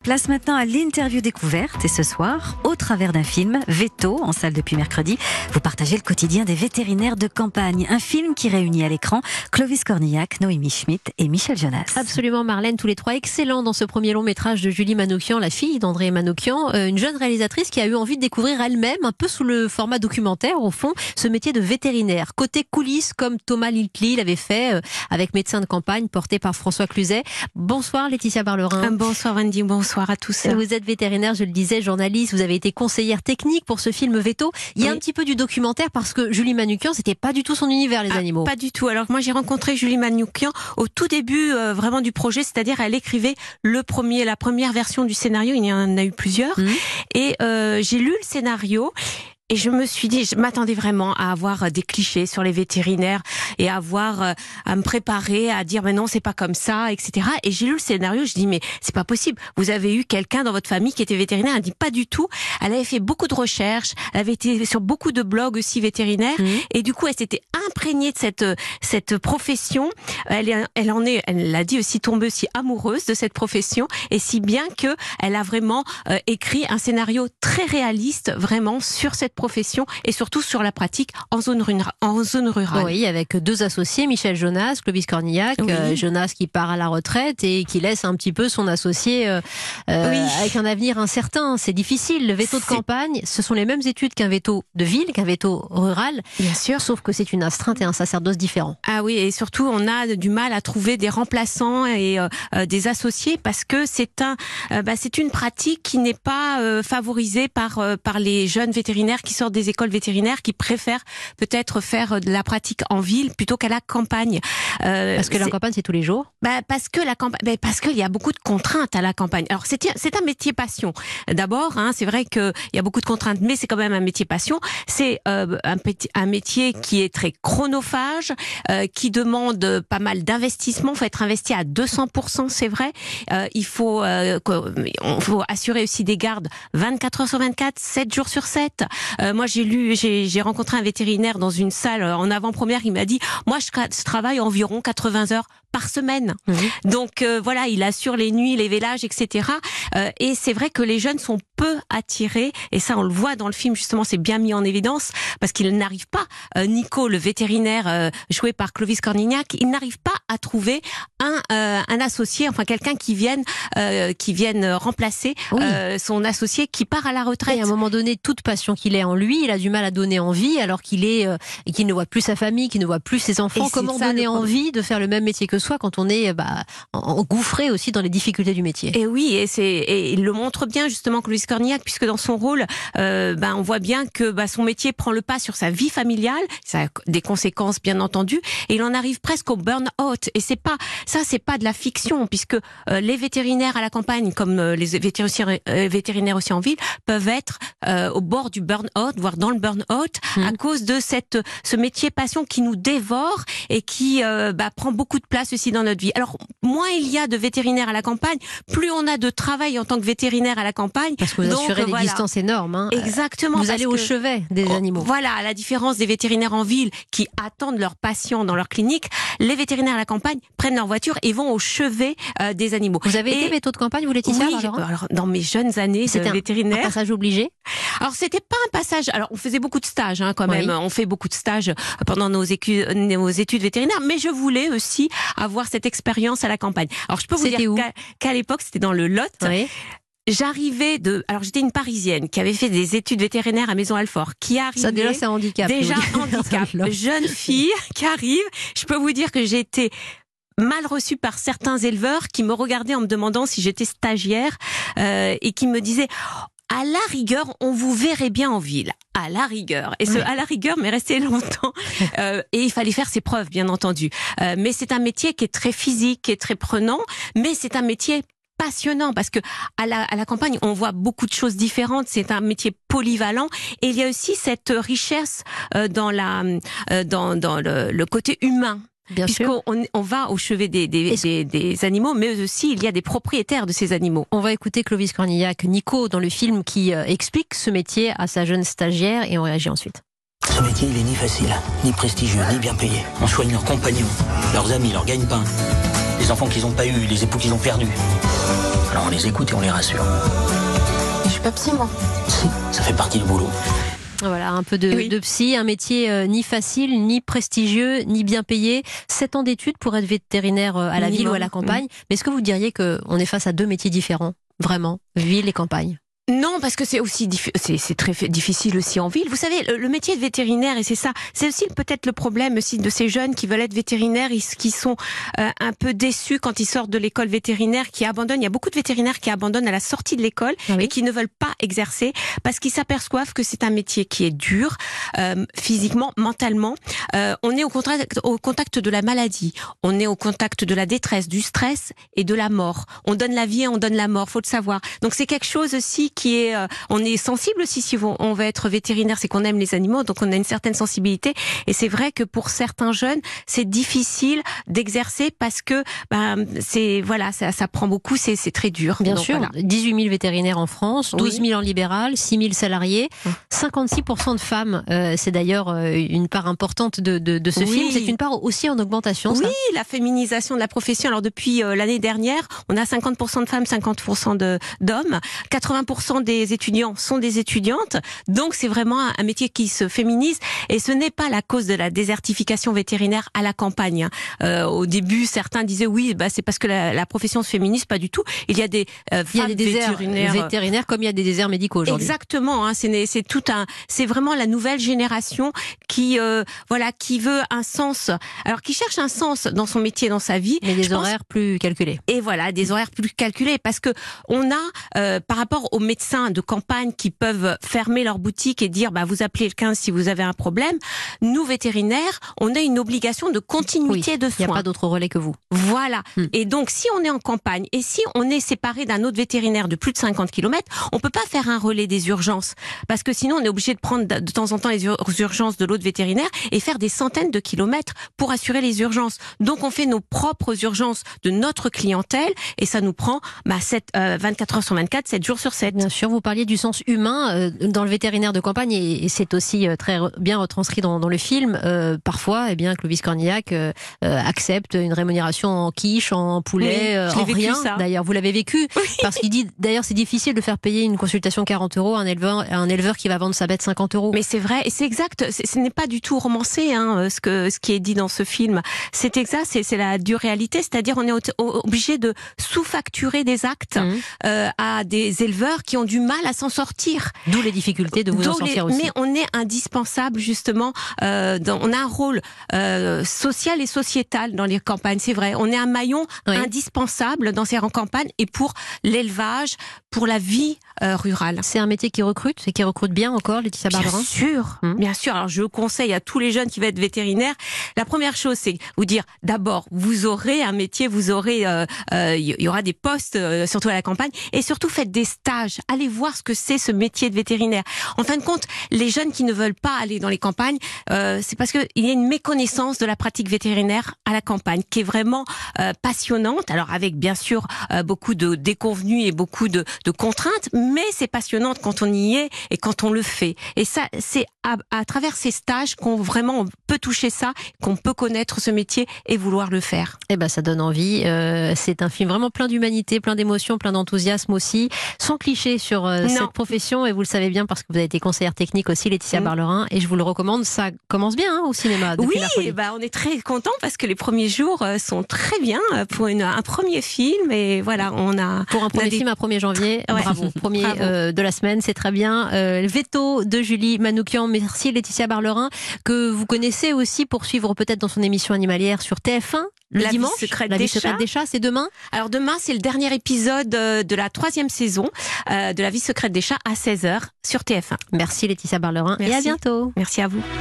Place maintenant à l'interview découverte et ce soir, au travers d'un film, Veto, en salle depuis mercredi, vous partagez le quotidien des vétérinaires de campagne. Un film qui réunit à l'écran Clovis Cornillac, Noémie Schmidt et Michel Jonas. Absolument Marlène, tous les trois excellents dans ce premier long métrage de Julie Manoukian, la fille d'André Manoukian, une jeune réalisatrice qui a eu envie de découvrir elle-même, un peu sous le format documentaire au fond, ce métier de vétérinaire. Côté coulisses, comme Thomas Liltli l'avait fait avec Médecins de campagne, porté par François Cluzet. Bonsoir Laetitia Barlerin. Bonsoir Wendy, bonsoir à tous. Vous êtes vétérinaire, je le disais, journaliste, vous avez été conseillère technique pour ce film Veto. Il y a un petit peu du documentaire parce que Julie Manoukian, c'était pas du tout son univers, les animaux. Pas du tout. Alors moi j'ai rencontré Julie Manoukian au tout début vraiment du projet, c'est-à-dire elle écrivait la première version du scénario, il y en a eu plusieurs, et j'ai lu le scénario. Et je me suis dit, je m'attendais vraiment à avoir des clichés sur les vétérinaires et à me préparer à dire mais non c'est pas comme ça, etc. Et j'ai lu le scénario, je dis mais c'est pas possible. Vous avez eu quelqu'un dans votre famille qui était vétérinaire? Elle dit pas du tout. Elle avait fait beaucoup de recherches, elle avait été sur beaucoup de blogs aussi vétérinaires et du coup elle s'était imprégnée de cette profession. Elle l'a dit aussi, tombée aussi amoureuse de cette profession et si bien que elle a vraiment écrit un scénario très réaliste vraiment sur cette profession et surtout sur la pratique en zone rurale. Oui, avec deux associés, Michel Jonas, Clovis Cornillac, Jonas qui part à la retraite et qui laisse un petit peu son associé avec un avenir incertain. C'est difficile. Le veto de campagne, ce sont les mêmes études qu'un veto de ville, qu'un veto rural. Bien sûr. Sauf que c'est une astreinte et un sacerdoce différent. Ah oui, et surtout on a du mal à trouver des remplaçants et des associés parce que c'est une pratique qui n'est pas favorisée par les jeunes vétérinaires qui sortent des écoles vétérinaires, qui préfèrent peut-être faire de la pratique en ville plutôt qu'à la campagne. Parce que la campagne, c'est tous les jours. Parce qu'il y a beaucoup de contraintes à la campagne. Alors c'est un métier passion. D'abord, c'est vrai qu'il y a beaucoup de contraintes, mais c'est quand même un métier passion. C'est un métier qui est très chronophage, qui demande pas mal d'investissement. Il faut être investi à 200%, c'est vrai. Il faut assurer aussi des gardes 24 heures sur 24, 7 jours sur 7. Moi, j'ai rencontré un vétérinaire dans une salle en avant-première. Il m'a dit, moi, je travaille environ 80 heures par semaine. Donc voilà, il assure les nuits, les vélages, etc. Et c'est vrai que les jeunes sont peu attirés. Et ça, on le voit dans le film. Justement, c'est bien mis en évidence parce qu'il n'arrive pas. Nico, le vétérinaire joué par Clovis Cornillac, il n'arrive pas à trouver un associé, enfin quelqu'un qui vienne remplacer son associé qui part à la retraite. Et à un moment donné, toute passion qu'il ait en lui, il a du mal à donner envie, alors qu'il ne voit plus sa famille, qu'il ne voit plus ses enfants. Comment donner envie de faire le même métier que soi quand on est engouffré aussi dans les difficultés du métier? Et oui, et il le montre bien justement Clovis Cornillac, puisque dans son rôle, on voit bien que son métier prend le pas sur sa vie familiale, ça a des conséquences bien entendu, et il en arrive presque au burn-out. Et c'est pas de la fiction, puisque les vétérinaires à la campagne, comme les vétérinaires aussi en ville, peuvent être au bord du burn-out, voire dans le burn-out, à cause de ce métier passion qui nous dévore et qui prend beaucoup de place aussi dans notre vie. Alors, moins il y a de vétérinaires à la campagne, plus on a de travail en tant que vétérinaire à la campagne. Parce que vous assurez des distances énormes. Exactement. Vous allez au chevet des animaux. Voilà, à la différence des vétérinaires en ville qui attendent leurs patients dans leur clinique, les vétérinaires à la campagne prennent leur voiture et vont au chevet des animaux. Vous avez été veto de campagne, vous Laetitia? Oui, alors, dans mes jeunes années de vétérinaire. Un passage obligé? Alors c'était pas un passage. Alors on faisait beaucoup de stages quand même. On fait beaucoup de stages pendant nos études vétérinaires, mais je voulais aussi avoir cette expérience à la campagne. Alors je peux vous dire qu'à l'époque c'était dans le Lot. Alors j'étais une Parisienne qui avait fait des études vétérinaires à Maison-Alfort, qui arrivait. Ça déjà c'est un handicap. Déjà handicap. Jeune fille qui arrive. Je peux vous dire que j'ai été mal reçue par certains éleveurs qui me regardaient en me demandant si j'étais stagiaire et qui me disaient: à la rigueur, on vous verrait bien en ville. À la rigueur. Et à la rigueur m'est resté longtemps. Et il fallait faire ses preuves, bien entendu. Mais c'est un métier qui est très physique, qui est très prenant, mais c'est un métier passionnant parce que à la campagne on voit beaucoup de choses différentes. C'est un métier polyvalent et il y a aussi cette richesse dans le côté humain. Puisqu'on va au chevet des animaux, mais aussi il y a des propriétaires de ces animaux. On va écouter Clovis Cornillac, Nico, dans le film, qui explique ce métier à sa jeune stagiaire et on réagit ensuite. Ce métier, il est ni facile, ni prestigieux, ni bien payé. On soigne leurs compagnons, leurs amis, leurs gagne-pain, les enfants qu'ils n'ont pas eus, les époux qu'ils ont perdus. Alors on les écoute et on les rassure. Mais je suis pas psy, moi. Si, ça fait partie du boulot. Voilà, un peu de psy, un métier ni facile, ni prestigieux, ni bien payé. 7 ans d'études pour être vétérinaire à la ville ou à la campagne. Mais est-ce que vous diriez qu'on est face à 2 métiers différents, vraiment, ville et campagne? Non, parce que c'est aussi c'est très difficile aussi en ville. Vous savez, le métier de vétérinaire, et c'est ça, c'est aussi peut-être le problème aussi de ces jeunes qui veulent être vétérinaires, qui sont un peu déçus quand ils sortent de l'école vétérinaire, qui abandonnent. Il y a beaucoup de vétérinaires qui abandonnent à la sortie de l'école et qui ne veulent pas exercer parce qu'ils s'aperçoivent que c'est un métier qui est dur, physiquement, mentalement. On est au contact de la maladie, on est au contact de la détresse, du stress et de la mort. On donne la vie et on donne la mort, faut le savoir. Donc c'est quelque chose aussi qui est, on est sensible aussi si on veut être vétérinaire, c'est qu'on aime les animaux, donc on a une certaine sensibilité. Et c'est vrai que pour certains jeunes, c'est difficile d'exercer parce que c'est voilà, ça prend beaucoup, c'est très dur. Bien donc, sûr, voilà. 18 000 vétérinaires en France, 12 000 en libéral, 6 000 salariés, 56% de femmes. C'est d'ailleurs une part importante de ce film. C'est une part aussi en augmentation. Oui, ça. la féminisation de la profession. Alors depuis l'année dernière, on a 50% de femmes, 50% d'hommes. 80% des étudiants sont des étudiantes. Donc c'est vraiment un métier qui se féminise. Et ce n'est pas la cause de la désertification vétérinaire à la campagne. Au début, certains disaient oui, c'est parce que la profession se féminise. Pas du tout. Il y a des femmes vétérinaires comme il y a des déserts médicaux aujourd'hui. Exactement. C'est vraiment la nouvelle génération qui veut un sens. Alors qui cherche un sens dans son métier, dans sa vie. Mais des horaires plus calculés. Et voilà, des horaires plus calculés, parce que on a par rapport aux médecins de campagne qui peuvent fermer leur boutique et dire vous appelez le 15 si vous avez un problème, nous vétérinaires, on a une obligation de continuité de soins. Il n'y a pas d'autre relais que vous. Voilà. Et donc si on est en campagne et si on est séparé d'un autre vétérinaire de plus de 50 km, on peut pas faire un relais des urgences, parce que sinon on est obligé de prendre de temps en temps les urgences de l'autre vétérinaire et faire des centaines de kilomètres pour assurer les urgences. Donc on fait nos propres urgences de notre clientèle et ça nous prend 24 heures sur 24, 7 jours sur 7. Bien sûr, vous parliez du sens humain dans le vétérinaire de campagne et c'est aussi très bien retranscrit dans le film. Parfois, Clovis Cornillac accepte une rémunération en quiche, en poulet, en rien. D'ailleurs, vous l'avez vécu parce qu'il dit d'ailleurs c'est difficile de faire payer une consultation 40 € à un éleveur qui va vendre sa bête 50 €. Mais c'est vrai et c'est exact. Ce n'est pas du tout romancé ce qui est dit dans ce film. C'est exact, c'est la dure réalité. C'est-à-dire on est obligé de sous-facturer des actes à des éleveurs qui ont du mal à s'en sortir. D'où les difficultés de vous en sortir aussi. Mais on est indispensable justement. On a un rôle social et sociétal dans les campagnes. C'est vrai. On est un maillon indispensable dans ces campagnes et pour l'élevage, pour la vie rurale. C'est un métier qui recrute et qui recrute bien encore, Laetitia Barlerin. Bien sûr, bien sûr. Alors je conseille à tous les jeunes qui veulent être vétérinaires. La première chose, c'est vous dire d'abord, vous aurez un métier, il y aura des postes, surtout à la campagne, et surtout faites des stages. Allez voir ce que c'est ce métier de vétérinaire. En fin de compte, les jeunes qui ne veulent pas aller dans les campagnes, c'est parce qu'il y a une méconnaissance de la pratique vétérinaire à la campagne, qui est vraiment passionnante. Alors avec bien sûr beaucoup de déconvenues et beaucoup de contraintes, mais c'est passionnant quand on y est et quand on le fait. Et ça, c'est à travers ces stages qu'on vraiment peut toucher ça, qu'on peut connaître ce métier et vouloir le faire. Ça donne envie. C'est un film vraiment plein d'humanité, plein d'émotions, plein d'enthousiasme aussi, sans cliché sur cette profession. Et vous le savez bien parce que vous avez été conseillère technique aussi, Laetitia Barlerin. Et je vous le recommande. Ça commence bien au cinéma. Oui, on est très contents parce que les premiers jours sont très bien pour un premier film. Et voilà, pour un premier film à 1er janvier. Bravo. Premier de la semaine, c'est très bien. Veto de Julie Manoukian. Merci Laetitia Barlerin, que vous connaissez aussi pour suivre peut-être dans son émission animalière sur TF1. Le dimanche, La vie secrète des chats, c'est demain. Alors demain, c'est le dernier épisode de la 3e saison de La vie secrète des chats à 16h sur TF1. Merci Laetitia Barlerin et à bientôt. Merci à vous.